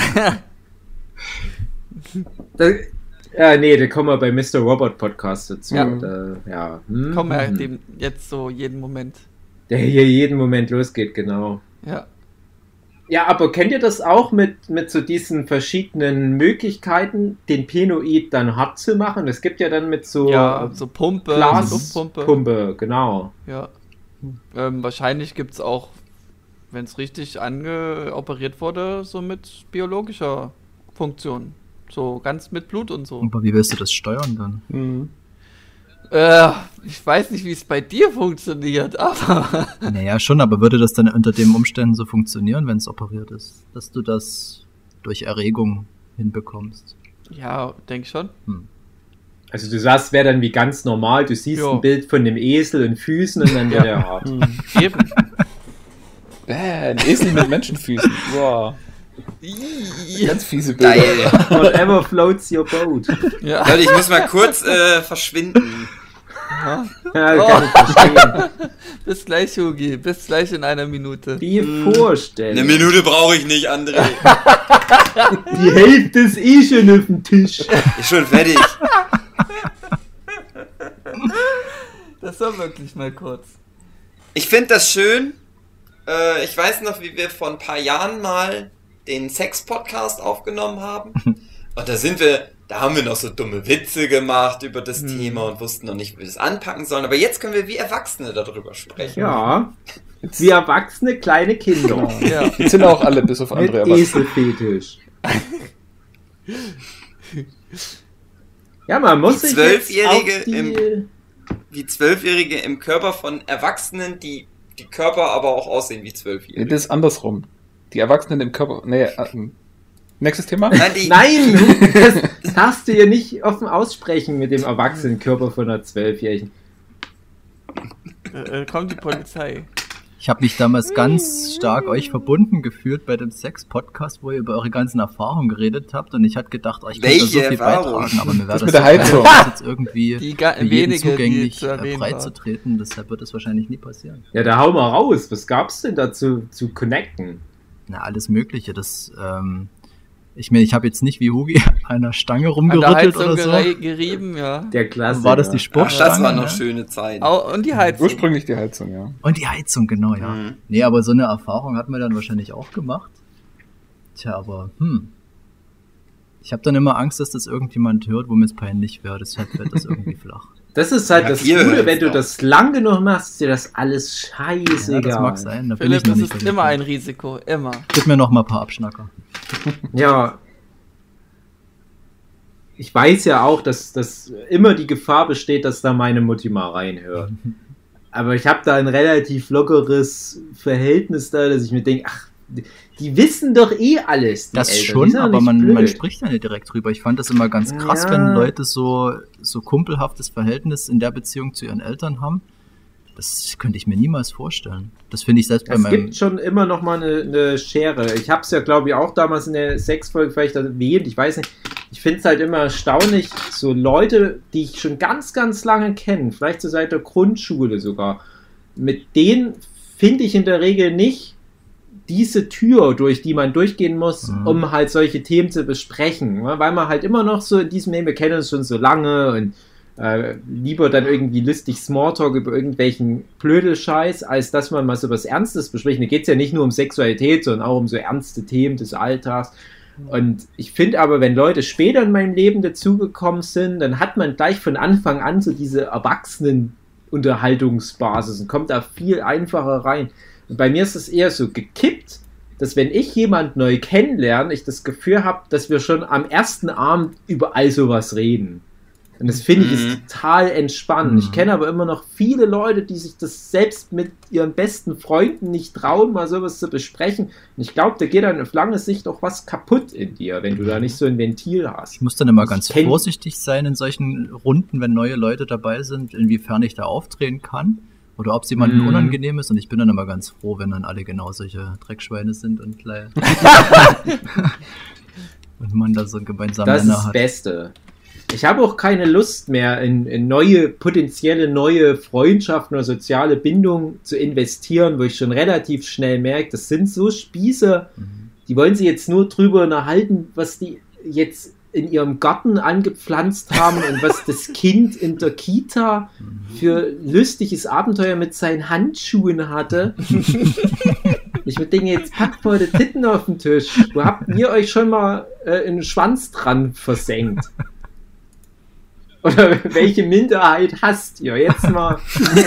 Das, ja, nee, da kommen wir bei Mister Robot Podcast dazu. Ja. Da, ja. Hm, Kommen wir hm. dem jetzt so jeden Moment. Der hier jeden Moment losgeht, genau. Ja. Ja, aber kennt ihr das auch mit, mit so diesen verschiedenen Möglichkeiten, den Penoid dann hart zu machen? Es gibt ja dann mit so, Ja, so Pumpe, so Luftpumpe. Glaspumpe, genau. Ja. Ähm, wahrscheinlich gibt es auch, wenn es richtig angeoperiert wurde, so mit biologischer Funktion. So ganz mit Blut und so. Aber wie willst du das steuern dann? Mhm. Äh, ich weiß nicht, wie es bei dir funktioniert, aber Naja, schon, aber würde das dann unter den Umständen so funktionieren, wenn es operiert ist? Dass du das durch Erregung hinbekommst? ja, denke schon. Also du sagst, wäre dann wie ganz normal, du siehst Ja. ein Bild von dem Esel und Füßen und dann wird er hart. Eben. Bäh, ein Esel mit Menschenfüßen. Wow. Ganz fiese Bilder. Geil. Whatever floats your boat. Ja. Leute, ich muss mal kurz äh, verschwinden. Ja, kann ich verstehen. Bis gleich, Hugi. Bis gleich in einer Minute. Die vorstellen. Eine Minute brauche ich nicht, André. Die Hälfte ist eh schon auf dem Tisch. Ist schon fertig. Das war wirklich mal kurz. Ich finde das schön. Äh, ich weiß noch, wie wir vor ein paar Jahren mal den Sex-Podcast aufgenommen haben. Und da sind wir, da haben wir noch so dumme Witze gemacht über das Hm. Thema und wussten noch nicht, wie wir das anpacken sollen. Aber jetzt können wir wie Erwachsene darüber sprechen. Ja, wie erwachsene kleine Kinder. Ja. Jetzt sind auch alle bis auf Mit andere erwachsen. Eselfetisch. Ja, man muss Die sich jetzt Zwölfjährige auf die... im- Wie Zwölfjährige im Körper von Erwachsenen, die die Körper aber auch aussehen wie Nee, Zwölfjährige. das ist andersrum. Die Erwachsenen im Körper. Nee, äh, nächstes Thema? Nein, die, Nein, das, das darfst du ja nicht offen aussprechen mit dem Erwachsenenkörper von einer Zwölfjährigen. Äh, äh, kommt die Polizei. Ich habe mich damals ganz stark euch verbunden gefühlt bei dem Sex-Podcast, wo ihr über eure ganzen Erfahrungen geredet habt und ich hatte gedacht, oh, ich könnte da so Welche viel Erfahrung? beitragen, aber mir wäre Das das, mit der so schwer, Heizung. das jetzt irgendwie Die ga- für jeden wenige, die zugänglich zu äh, erwähnen breit war. zu treten, deshalb wird das wahrscheinlich nie passieren. Ja, da hau mal raus. Was gab's denn dazu zu connecten? Na, alles Mögliche, das, ähm, ich meine, ich habe jetzt nicht wie Hugi an einer Stange An der rumgerüttelt Heizung oder so. gerei- gerieben, ja. Der Klasse. War das die ach, Spruchstange? das waren noch ne? schöne Zeiten. Au, und die Heizung. Ursprünglich die Heizung, ja. Und die Heizung, genau, ja. Mhm. Nee, aber so eine Erfahrung hat man dann wahrscheinlich auch gemacht. Tja, aber, hm. Ich habe dann immer Angst, dass das irgendjemand hört, wo mir es peinlich wäre. Deshalb fällt das irgendwie flach. Das ist halt Ja, das ihr Gute, hört's wenn du doch. das lang genug machst, ist dir das alles scheißegal. Ja, das mag sein, da bin Philipp, ich noch das nicht. ist an dem immer ein Punkt. Risiko. Immer. Gib mir noch mal ein paar Abschnacker. Ja. Ich weiß ja auch, dass, dass immer die Gefahr besteht, dass da meine Mutti mal reinhört. Aber ich habe da ein relativ lockeres Verhältnis da, dass ich mir denke, ach, die wissen doch eh alles. Die Das Eltern. Die schon, sind doch aber nicht man, blöd. man spricht ja nicht direkt drüber. Ich fand das immer ganz krass, Ja. wenn Leute so, so kumpelhaftes Verhältnis in der Beziehung zu ihren Eltern haben. Das könnte ich mir niemals vorstellen. Das finde ich selbst bei Es meinem... gibt schon immer noch mal eine, eine Schere. Ich habe es ja, glaube ich, auch damals in der Sexfolge vielleicht erwähnt. Ich weiß nicht. Ich finde es halt immer erstaunlich, so Leute, die ich schon ganz, ganz lange kenne, vielleicht so seit der Grundschule sogar, mit denen finde ich in der Regel nicht diese Tür, durch die man durchgehen muss, Mhm. um halt solche Themen zu besprechen. ne? Weil man halt immer noch so in diesem Leben, wir kennen uns schon so lange und äh, lieber dann irgendwie lustig Smalltalk über irgendwelchen Blödelscheiß, als dass man mal so was Ernstes bespricht. Da geht es ja nicht nur um Sexualität, sondern auch um so ernste Themen des Alltags. Und ich finde aber, wenn Leute später in meinem Leben dazugekommen sind, dann hat man gleich von Anfang an so diese Erwachsenen-Unterhaltungsbasis und kommt da viel einfacher rein. Und bei mir ist es eher so gekippt, dass wenn ich jemand neu kennenlerne, ich das Gefühl habe, dass wir schon am ersten Abend über all sowas reden. Und das finde ich Mhm. ist total entspannend. Mhm. Ich kenne aber immer noch viele Leute, die sich das selbst mit ihren besten Freunden nicht trauen, mal sowas zu besprechen. Und ich glaube, da geht dann auf lange Sicht auch was kaputt in dir, wenn du da nicht so ein Ventil hast. Ich muss dann immer Ich ganz kenn- vorsichtig sein in solchen Runden, wenn neue Leute dabei sind, inwiefern ich da auftreten kann oder ob es jemandem Mhm. unangenehm ist. Und ich bin dann immer ganz froh, wenn dann alle genau solche Dreckschweine sind und gleich und man da so einen gemeinsamen Das ist Nenner das hat. Beste. Ich habe auch keine Lust mehr, in, in neue, potenzielle neue Freundschaften oder soziale Bindungen zu investieren, wo ich schon relativ schnell merke, das sind so Spieße, Mhm. die wollen sich jetzt nur drüber unterhalten, was die jetzt in ihrem Garten angepflanzt haben und was das Kind in der Kita für lustiges Abenteuer mit seinen Handschuhen hatte. Ich würde denken, jetzt packt mal die Titten auf den Tisch. Wo habt ihr euch schon mal äh, einen Schwanz dran versenkt? Oder welche Minderheit hasst ihr? Jetzt mal.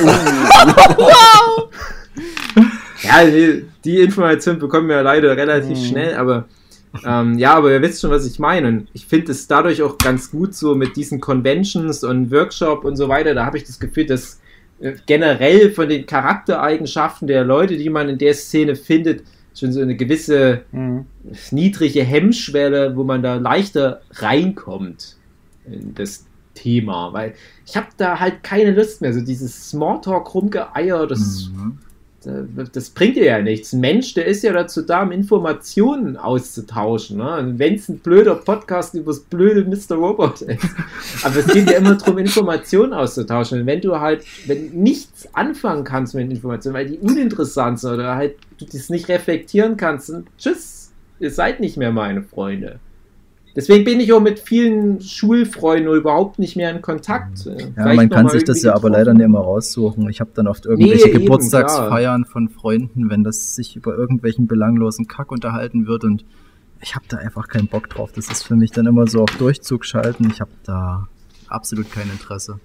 Ja, die, die Information bekommen wir leider relativ schnell, aber ähm, ja, aber ihr wisst schon, was ich meine. Und ich finde es dadurch auch ganz gut so mit diesen Conventions und Workshop und so weiter. Da habe ich das Gefühl, dass äh, generell von den Charaktereigenschaften der Leute, die man in der Szene findet, schon so eine gewisse Mhm. niedrige Hemmschwelle, wo man da leichter reinkommt in das Thema, weil ich habe da halt keine Lust mehr, so dieses Smalltalk rumgeeier, das, Mhm. das, das bringt dir ja nichts. Ein Mensch, der ist ja dazu da, um Informationen auszutauschen, ne? Und wenn es ein blöder Podcast über das blöde Mister Robot ist, aber es geht ja immer darum, Informationen auszutauschen. Und wenn du halt, wenn nichts anfangen kannst mit Informationen, weil die uninteressant sind oder halt du das nicht reflektieren kannst, dann tschüss, ihr seid nicht mehr meine Freunde. Deswegen bin ich auch mit vielen Schulfreunden überhaupt nicht mehr in Kontakt. Ja, man kann sich das ja aber leider nicht immer raussuchen. Ich habe dann oft irgendwelche Nee, eben, Geburtstagsfeiern von Freunden, wenn das sich über irgendwelchen belanglosen Kack unterhalten wird und ich habe da einfach keinen Bock drauf. Das ist für mich dann immer so auf Durchzug schalten. Ich habe da absolut kein Interesse.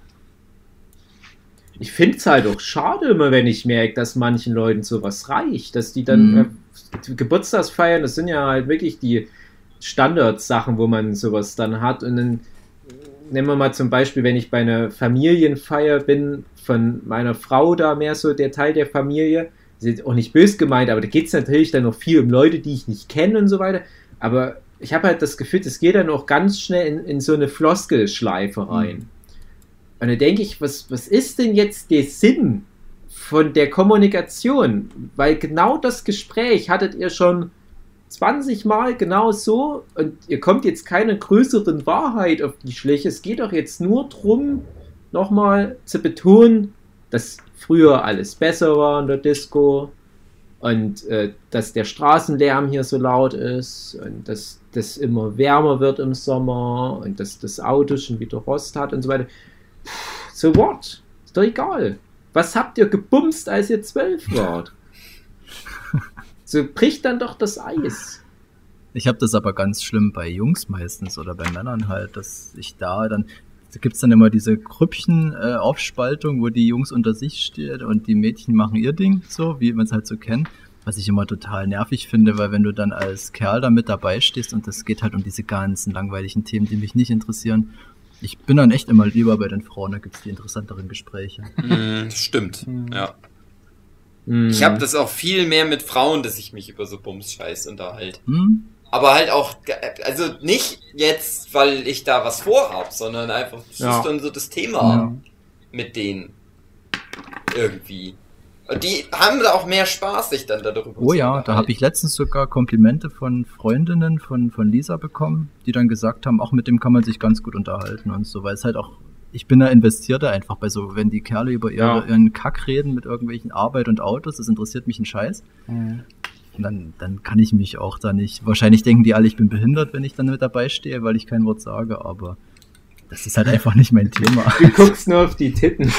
Ich finde es halt auch schade immer, wenn ich merke, dass manchen Leuten sowas reicht, dass die dann Mhm. äh, Geburtstagsfeiern, das sind ja halt wirklich die Standardsachen, wo man sowas dann hat. Und dann nehmen wir mal zum Beispiel, wenn ich bei einer Familienfeier bin, von meiner Frau da mehr so der Teil der Familie, das ist jetzt auch nicht böse gemeint, aber da geht es natürlich dann noch viel um Leute, die ich nicht kenne und so weiter. Aber ich habe halt das Gefühl, es geht dann auch ganz schnell in, in so eine Floskelschleife rein. Und da denke ich, was, was ist denn jetzt der Sinn von der Kommunikation? Weil genau das Gespräch hattet ihr schon zwanzig Mal genau so und ihr kommt jetzt keine größeren Wahrheit auf die Schliche. Es geht doch jetzt nur darum, nochmal zu betonen, dass früher alles besser war in der Disco und äh, dass der Straßenlärm hier so laut ist und dass das immer wärmer wird im Sommer und dass das Auto schon wieder Rost hat und so weiter. Puh, so what? Ist doch egal. Was habt ihr gebumst, als ihr zwölf wart? So bricht dann doch das Eis. Ich habe das aber ganz schlimm bei Jungs meistens oder bei Männern halt, dass ich da dann, da gibt's dann immer diese Grüppchen-Aufspaltung, wo die Jungs unter sich stehen und die Mädchen machen ihr Ding, so wie man es halt so kennt, was ich immer total nervig finde, weil wenn du dann als Kerl da mit dabei stehst und es geht halt um diese ganzen langweiligen Themen, die mich nicht interessieren, ich bin dann echt immer lieber bei den Frauen, da gibt's die interessanteren Gespräche. Mhm, stimmt, ja. Mhm. Ich habe das auch viel mehr mit Frauen, dass ich mich über so Bums-Scheiß unterhalte. Hm? Aber halt auch, also nicht jetzt, weil ich da was vorhab, sondern einfach, das Ja. ist dann so das Thema Ja. mit denen irgendwie. Und die haben da auch mehr Spaß, sich dann darüber Oh zu ja, da unterhalten. habe ich letztens sogar Komplimente von Freundinnen von, von Lisa bekommen, die dann gesagt haben, auch mit dem kann man sich ganz gut unterhalten und so, weil es halt auch, ich bin da investierter einfach bei so, wenn die Kerle über ihre, Ja. ihren Kack reden mit irgendwelchen Arbeit und Autos, das interessiert mich ein Scheiß. Mhm. Und dann, dann kann ich mich auch da nicht, wahrscheinlich denken die alle, ich bin behindert, wenn ich dann mit dabei stehe, weil ich kein Wort sage, aber das ist halt einfach nicht mein Thema. Du guckst nur auf die Titten.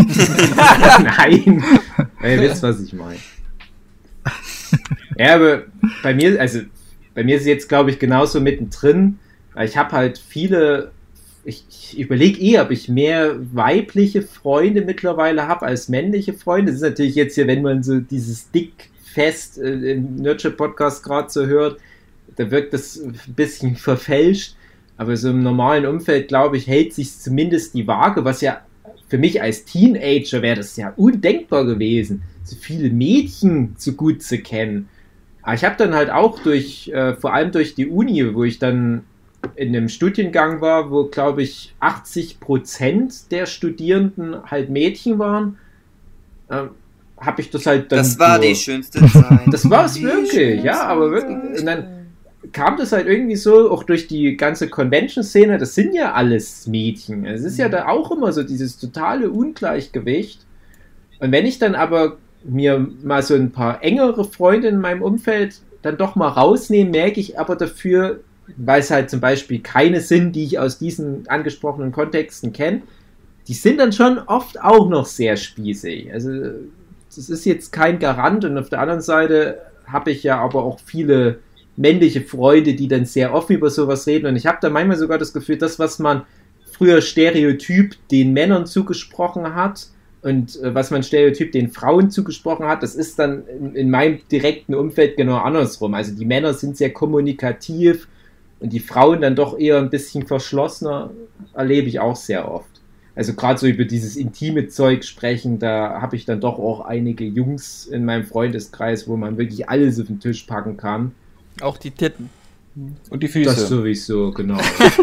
Nein. Ihr wisst, was ich meine. Ja, aber bei mir, also bei mir ist es jetzt, glaube ich, genauso mittendrin, weil ich habe halt viele, ich, ich überlege eh, ob ich mehr weibliche Freunde mittlerweile habe als männliche Freunde. Das ist natürlich jetzt hier, wenn man so dieses Dickfest äh, im Nurture-Podcast gerade so hört, da wirkt das ein bisschen verfälscht, aber so im normalen Umfeld, glaube ich, hält sich zumindest die Waage, was ja für mich als Teenager wäre das ja undenkbar gewesen, so viele Mädchen so gut zu kennen. Aber ich habe dann halt auch durch, äh, vor allem durch die Uni, wo ich dann in einem Studiengang war, wo, glaube ich, achtzig Prozent der Studierenden halt Mädchen waren, äh, habe ich das halt dann... Das war so, die schönste Zeit. Das war es wirklich, ja, aber wirklich. Und dann kam das halt irgendwie so, auch durch die ganze Convention-Szene, das sind ja alles Mädchen. Es ist ja da auch immer so dieses totale Ungleichgewicht. Und wenn ich dann aber mir mal so ein paar engere Freunde in meinem Umfeld dann doch mal rausnehme, merke ich aber dafür, weil es halt zum Beispiel keine sind, die ich aus diesen angesprochenen Kontexten kenne, die sind dann schon oft auch noch sehr spießig. Also das ist jetzt kein Garant und auf der anderen Seite habe ich ja aber auch viele männliche Freunde, die dann sehr offen über sowas reden und ich habe da manchmal sogar das Gefühl, das, was man früher Stereotyp den Männern zugesprochen hat und äh, was man Stereotyp den Frauen zugesprochen hat, das ist dann in, in meinem direkten Umfeld genau andersrum. Also die Männer sind sehr kommunikativ und die Frauen dann doch eher ein bisschen verschlossener, erlebe ich auch sehr oft. Also gerade so über dieses intime Zeug sprechen, da habe ich dann doch auch einige Jungs in meinem Freundeskreis, wo man wirklich alles auf den Tisch packen kann. Auch die Titten. Und die Füße. Das sowieso, genau.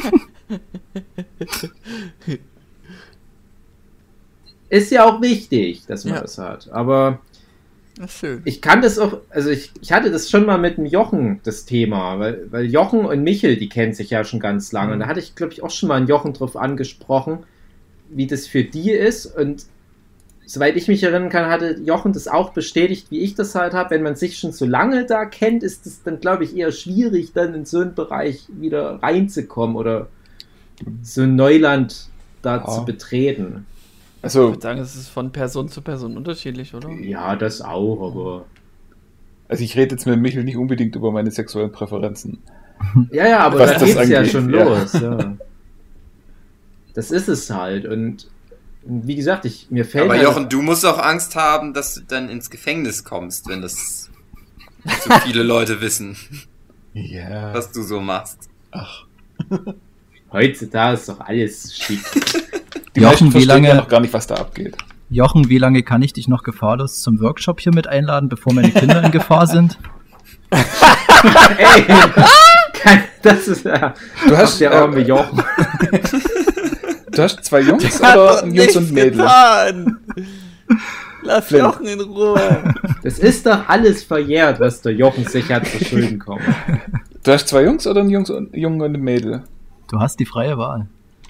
Ist ja auch wichtig, dass man Ja. das hat. Aber Das ist schön. ich kann das auch, also ich, ich hatte das schon mal mit dem Jochen, das Thema, weil, weil Jochen und Michel, die kennen sich ja schon ganz lange. Und da hatte ich, glaube ich, auch schon mal einen Jochen drauf angesprochen, wie das für die ist. Und soweit ich mich erinnern kann, hatte Jochen das auch bestätigt, wie ich das halt habe. Wenn man sich schon so lange da kennt, ist es dann, glaube ich, eher schwierig, dann in so einen Bereich wieder reinzukommen oder so ein Neuland da Ja. zu betreten. Ich Also, würde sagen, es ist von Person zu Person unterschiedlich, oder? Ja, das auch, aber... also ich rede jetzt mit Michel nicht unbedingt über meine sexuellen Präferenzen. Ja, ja, aber Was da das geht's ja angeht, schon ja. los. Ja. Das ist es halt. Und wie gesagt, ich, mir fällt Aber halt- Jochen, du musst auch Angst haben, dass du dann ins Gefängnis kommst, wenn das zu viele Leute wissen, Ja. was du so machst. Ach. heutzutage ist doch alles schick. Die Jochen, meisten wie verstehen lange- ja noch gar nicht, was da abgeht. Jochen, wie lange kann ich dich noch gefahrlos zum Workshop hier mit einladen, bevor meine Kinder in Gefahr sind? Ey, kein- das ist ja Du hast, der äh, arme Jochen. Du hast zwei Jungs Hat oder doch ein Jungs nichts und Mädel? getan. Lass Flynn. Jochen in Ruhe. Das ist doch alles verjährt, was der Jochen sich hat zu Schulden kommen. Du hast zwei Jungs oder ein Jungs und, Jungen und ein Mädel? Du hast die freie Wahl.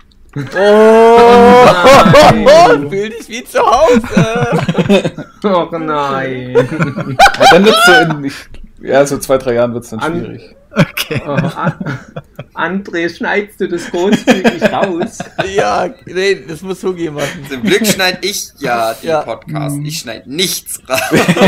Oh, nein. fühl dich wie zu Hause. Oh nein. Ja, dann wird's so in, ich, ja, so zwei, drei Jahren wird's dann An- schwierig. Okay. Oh, An- André, schneidest du das großzügig raus? Ja, nee, das muss Hugi machen. Zum Glück schneide ich ja den Ja. Podcast. Ich schneide nichts raus.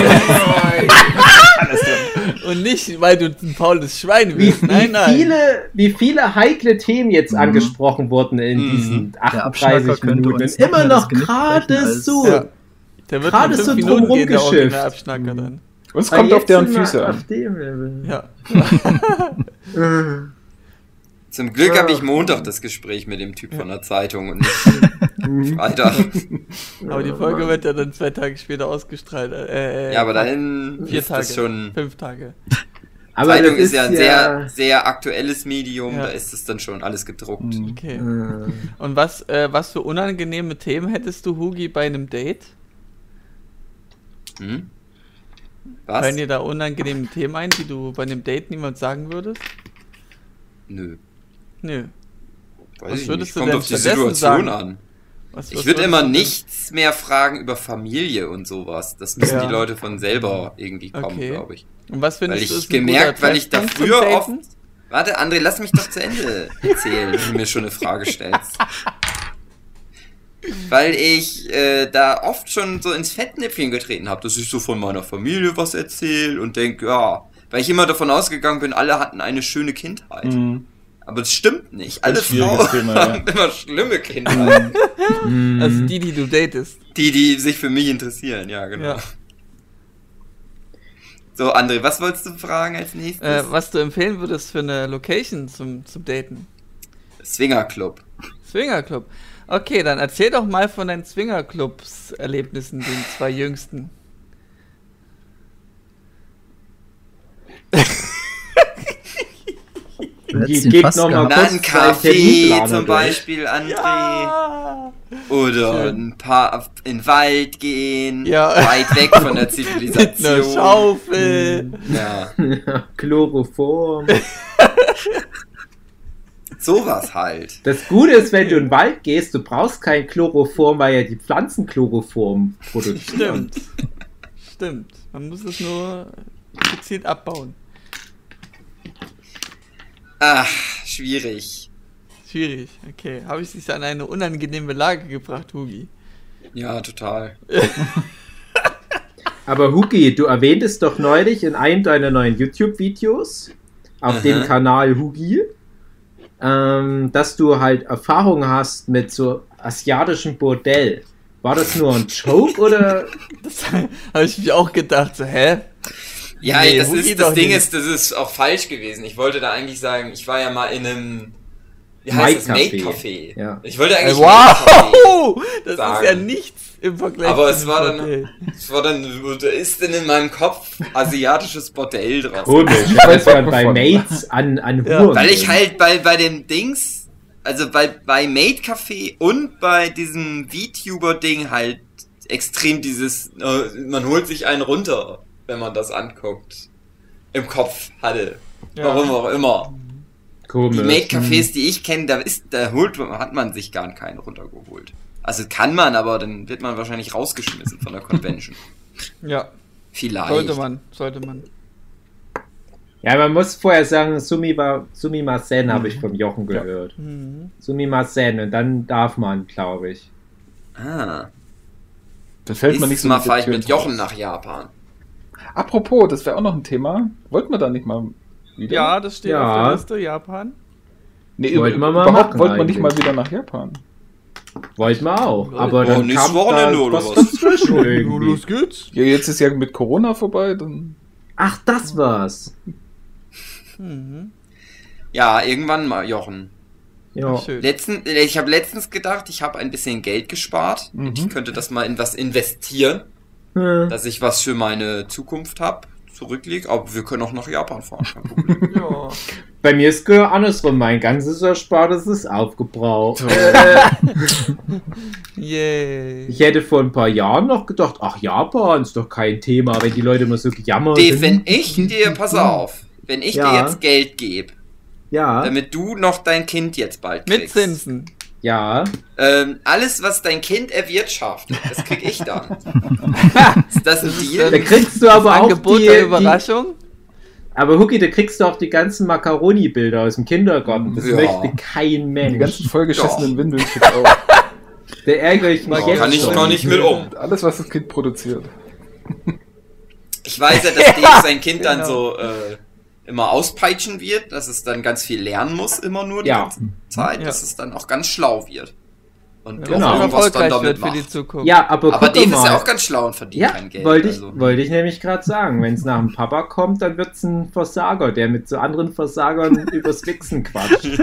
Und nicht, weil du ein faules Schwein Wie, bist. Nein, wie, nein. viele, wie viele heikle Themen jetzt Mhm. angesprochen wurden in Mhm. diesen Der Abschnacker achtunddreißig könnte Minuten. uns noch Immer mehr das noch Genick gerade brechen als- so. Ja. Der wird Gerade in so fünf drum Minuten gehen, der rumgeschifft. Originalabschnacker dann. Uns Weil kommt auf jetzt deren sind wir Füße auf an. dem Level. Ja. Zum Glück Ja. habe ich Montag das Gespräch mit dem Typ von der Zeitung und nicht Freitag. Aber die Folge wird ja dann zwei Tage später ausgestrahlt. Äh, äh, Ja, aber dahin vier ist Tage. das schon... Fünf Tage. Aber Zeitung das ist ja ein sehr, sehr aktuelles Medium, Ja. da ist es dann schon alles gedruckt. Mhm. Okay. äh, Und was, äh, was für unangenehme Themen hättest du, Hugi, bei einem Date? Hm? Was? Fallen dir da unangenehme Themen ein, die du bei einem Date niemand sagen würdest? Nö. Nö. Weiß Was ich würdest nicht. du Kommt denn auf die stattdessen Situation sagen? an. Was, Ich was würde würdest immer du denn- nichts mehr fragen über Familie und sowas. Das müssen Ja. die Leute von selber irgendwie kommen, Okay. glaube ich. Und was Weil findest du ich ist ein gemerkt, guter weil ich da Treffpunkt zum früher oft... Daten? Warte, André, lass mich doch zu Ende erzählen, wenn du mir schon eine Frage stellst. Weil ich äh, da oft schon so ins Fettnäpfchen getreten habe, dass ich so von meiner Familie was erzähle und denke, ja, Weil ich immer davon ausgegangen bin, alle hatten eine schöne Kindheit. Mhm. Aber das stimmt nicht. Alle schwieriges Frauen Thema, ja. haben immer schlimme Kindheit. Also die, die du datest. Die, die sich für mich interessieren, ja, genau. Ja. So, André, was wolltest du fragen als nächstes? Äh, was du empfehlen würdest für eine Location zum, zum Daten? Swingerclub. Swingerclub. Okay, dann erzähl doch mal von deinen Swingerclubs-Erlebnissen, den zwei jüngsten. Du hättest Die ihn geht fast noch mal gehabt. Na, kurz ein zwei Café Terminplaner zum durch. Beispiel, André. Ja! Oder Schön. ein paar in den Wald gehen. Ja. Weit weg von der Mit Zivilisation. einer Schaufel. Ja. Chloroform. Sowas halt. Das Gute ist, wenn du in den Wald gehst, du brauchst kein Chloroform, weil ja die Pflanzen Chloroform produzieren. Stimmt. Stimmt. Man muss es nur gezielt abbauen. Ach, schwierig. Schwierig. Okay. Habe ich dich an eine unangenehme Lage gebracht, Hugi? Ja, total. Aber Hugi, du erwähntest doch neulich in einem deiner neuen YouTube-Videos auf Aha. dem Kanal Hugi, ähm, dass du halt Erfahrung hast mit so asiatischem Bordell. War das nur ein Joke oder? Das habe ich mir auch gedacht. So, hä? Ja, Nee, das, Wookie ist, das doch Ding nicht. ist, das ist auch falsch gewesen. Ich wollte da eigentlich sagen, ich war ja mal in einem, wie heißt das, Maid-Café. Maid-Café. Ja. Ich wollte Ey, eigentlich Maid-Café wow! Das sagen. ist ja nichts im Vergleich Aber zu es dem war dann, Hotel. es war dann, da ist denn in meinem Kopf asiatisches Bordell drauf. Komisch, das war bei Mates an, an Ja. Huren. Weil ich halt bei, bei dem Dings, also bei, bei Maid-Café und bei diesem VTuber-Ding halt extrem dieses, äh, man holt sich einen runter, wenn man das anguckt, im Kopf hatte. Ja. Warum auch immer. Komisch. Die Maid-Cafés, die ich kenne, da ist, da holt, hat man sich gar keinen runtergeholt. Also kann man, aber dann wird man wahrscheinlich rausgeschmissen von der Convention. Ja, Vielleicht. sollte man, sollte man. Ja, man muss vorher sagen, Sumimasen Sumimasen habe ich vom Jochen gehört. Mhm. Sumimasen und dann darf man, glaube ich. Ah. Da fällt mir nicht Nächstes so Mal die fahre ich Türen mit Jochen raus. nach Japan. Apropos, das wäre auch noch ein Thema. Wollten wir da nicht mal wieder? Ja, das steht Ja. auf der Liste, Japan. nee, wollten wir mal überhaupt machen wollten wir eigentlich. nicht mal wieder nach Japan. Wollten wir auch. Oh, Aber dann nächstes kam Wochenende da oder was was? dazwischen irgendwie. geht's. Ja, jetzt ist ja mit Corona vorbei, dann. Ach, das war's. Mhm. Ja, irgendwann mal, Jochen. Ja. Schön. Letzten, ich habe letztens gedacht, ich habe ein bisschen Geld gespart. Mhm. Ich könnte das mal in was investieren, Hm. dass ich was für meine Zukunft habe, zurückliege. Aber wir können auch nach Japan fahren, kein Problem. Ja. Bei mir ist es andersrum. Mein ganzes Erspartes ist aufgebraucht. Yay. Ich hätte vor ein paar Jahren noch gedacht, ach, Japan ist doch kein Thema, wenn die Leute immer so gejammert Dave, sind. wenn ich dir, pass auf, wenn ich Ja. dir jetzt Geld gebe, Ja, damit du noch dein Kind jetzt bald Mit kriegst. Zinsen. ja. Ähm, alles, was dein Kind erwirtschaftet, das krieg ich dann. Ist das ein Da Deal? kriegst du aber auch Angebot die, der die, Überraschung. aber Hucki, da kriegst du auch die ganzen Macaroni-Bilder aus dem Kindergarten. Das Ja. möchte kein Die Mensch. ganzen vollgeschissenen Doch. Windeln steht auch. Da ärgere ich mich Oh, jetzt kann ich schon. noch nicht mit um. Alles, was das Kind produziert. Ich weiß ja, dass Dave sein Kind dann Genau. so äh, immer auspeitschen wird, dass es dann ganz viel lernen muss, immer nur die Ja. ganze Zeit, Ja. dass es dann auch ganz schlau wird. Und Wenn Genau. auch man irgendwas dann erfolgreich damit wird für macht. die Zukunft. Ja, aber, Aber guck Dave mal. ist ja auch ganz schlau und verdient Ja, kein Geld. wollte ich, also. wollte ich nämlich gerade sagen. Wenn es nach dem Papa kommt, dann wird es ein Versager, der mit so anderen Versagern übers Wichsen quatscht.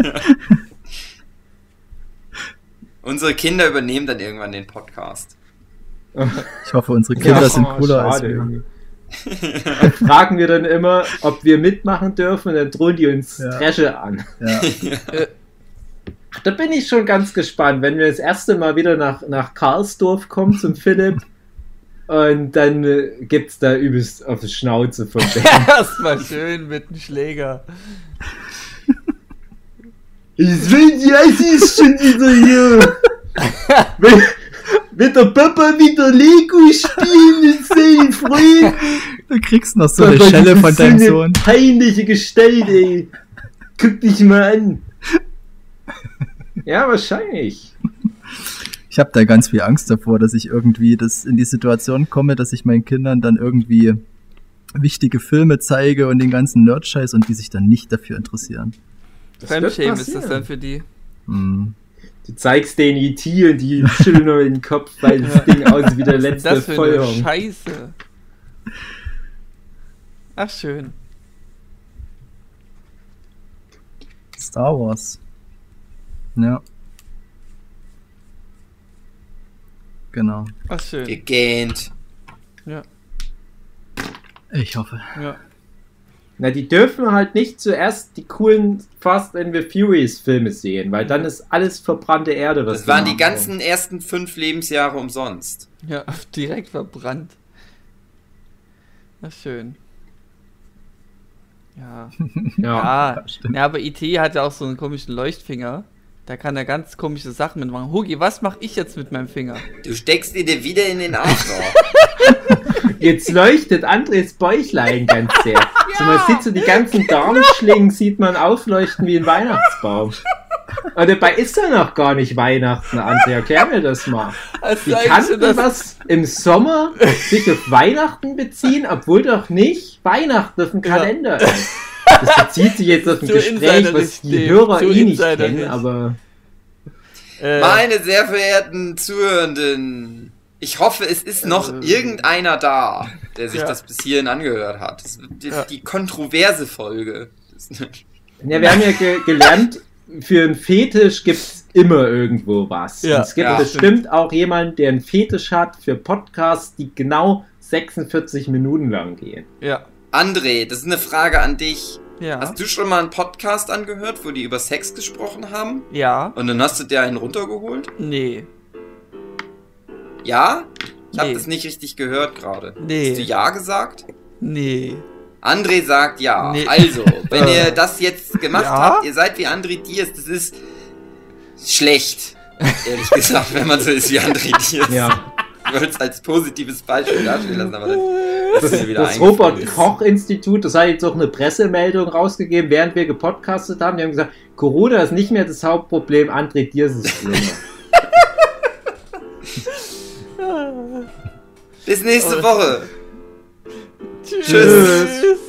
Unsere Kinder übernehmen dann irgendwann den Podcast. Ich hoffe, unsere Kinder Ja, sind oh, cooler als schade wir. irgendwie. Dann fragen wir dann immer, ob wir mitmachen dürfen, und dann drohen die uns Ja. Dresche an. Ja. Ach, da bin ich schon ganz gespannt, wenn wir das erste Mal wieder nach, nach Karlsdorf kommen zum Philipp. Und dann äh, gibt's da übelst auf die Schnauze von dem. Erstmal schön mit dem Schläger. Ich will die Assis schon wieder hier. wenn, wenn der Papa wieder Lego spielen mit seinen Freunden. Du kriegst noch so eine Papa, Schelle du von bist deinem so eine Sohn. peinliche Gestalt, ey. Guck dich mal an. Ja, wahrscheinlich. Ich habe da ganz viel Angst davor, dass ich irgendwie das in die Situation komme, dass ich meinen Kindern dann irgendwie wichtige Filme zeige und den ganzen Nerd-Scheiß und die sich dann nicht dafür interessieren. Das wird Fremdschämen ist das passieren. dann für die. Hm. Du zeigst denen E T und die schütteln nur den Kopf, weil das Ding aussieht wie der letzte Das für eine Feuerung. Scheiße. Ach, schön. Star Wars. Ja. Genau. Ach, schön. Gegähnt. Ja, Ich hoffe. ja. Na, die dürfen halt nicht zuerst die coolen Fast and the Furious Filme sehen, weil dann ist alles verbrannte Erde. Was Das waren die die ganzen ersten fünf Lebensjahre umsonst. Ja, direkt verbrannt. Ach, schön. Ja. Ja. Ah, stimmt. ja, aber I T hat ja auch so einen komischen Leuchtfinger. Da kann er ganz komische Sachen mitmachen. Hugi, was mache ich jetzt mit meinem Finger? Du steckst ihn dir wieder in den After. Jetzt leuchtet Andres Bäuchlein ganz sehr. So, man sieht so die ganzen Darmschlingen, sieht man aufleuchten wie ein Weihnachtsbaum. Und dabei ist ja noch gar nicht Weihnachten, André. Erklär mir das mal. Hast Wie du eigentlich kann schon man das- was im Sommer sich auf Weihnachten beziehen, obwohl doch nicht Weihnachten auf dem Kalender ist? Das bezieht sich jetzt auf ein Zu Gespräch, was die insiderlich, Hörer zu eh nicht insiderlich. kennen, aber Äh, Meine sehr verehrten Zuhörenden, ich hoffe, es ist noch Äh. irgendeiner da, der sich Ja. das bis hierhin angehört hat. Das wird die, Ja. die kontroverse Folge. Das, ja, wir haben ja ge gelernt, für einen Fetisch gibt es immer irgendwo was. Ja. Und es gibt Ja, bestimmt auch jemanden, der einen Fetisch hat für Podcasts, die genau sechsundvierzig Minuten lang gehen. ja, André, das ist eine Frage an dich. ja, Hast du schon mal einen Podcast angehört, wo die über Sex gesprochen haben? ja, Und dann hast du dir einen runtergeholt? nee, Ja? Ich habe Nee. das nicht richtig gehört gerade. Nee. Hast du ja gesagt? nee. André sagt ja. Nee. Also, wenn Äh. ihr das jetzt gemacht Ja? habt, ihr seid wie André Diers, das ist schlecht. Ehrlich gesagt, wenn man so ist wie André Diers. Ja. Ich wollte es als positives Beispiel darstellen lassen, aber dann Das, ist mir wieder das eingefallen. Robert-Koch-Institut, das hat jetzt auch eine Pressemeldung rausgegeben, während wir gepodcastet haben. Die haben gesagt, Corona ist nicht mehr das Hauptproblem, André Diers ist schlimmer. Bis nächste Woche. Tschüss. Tschüss.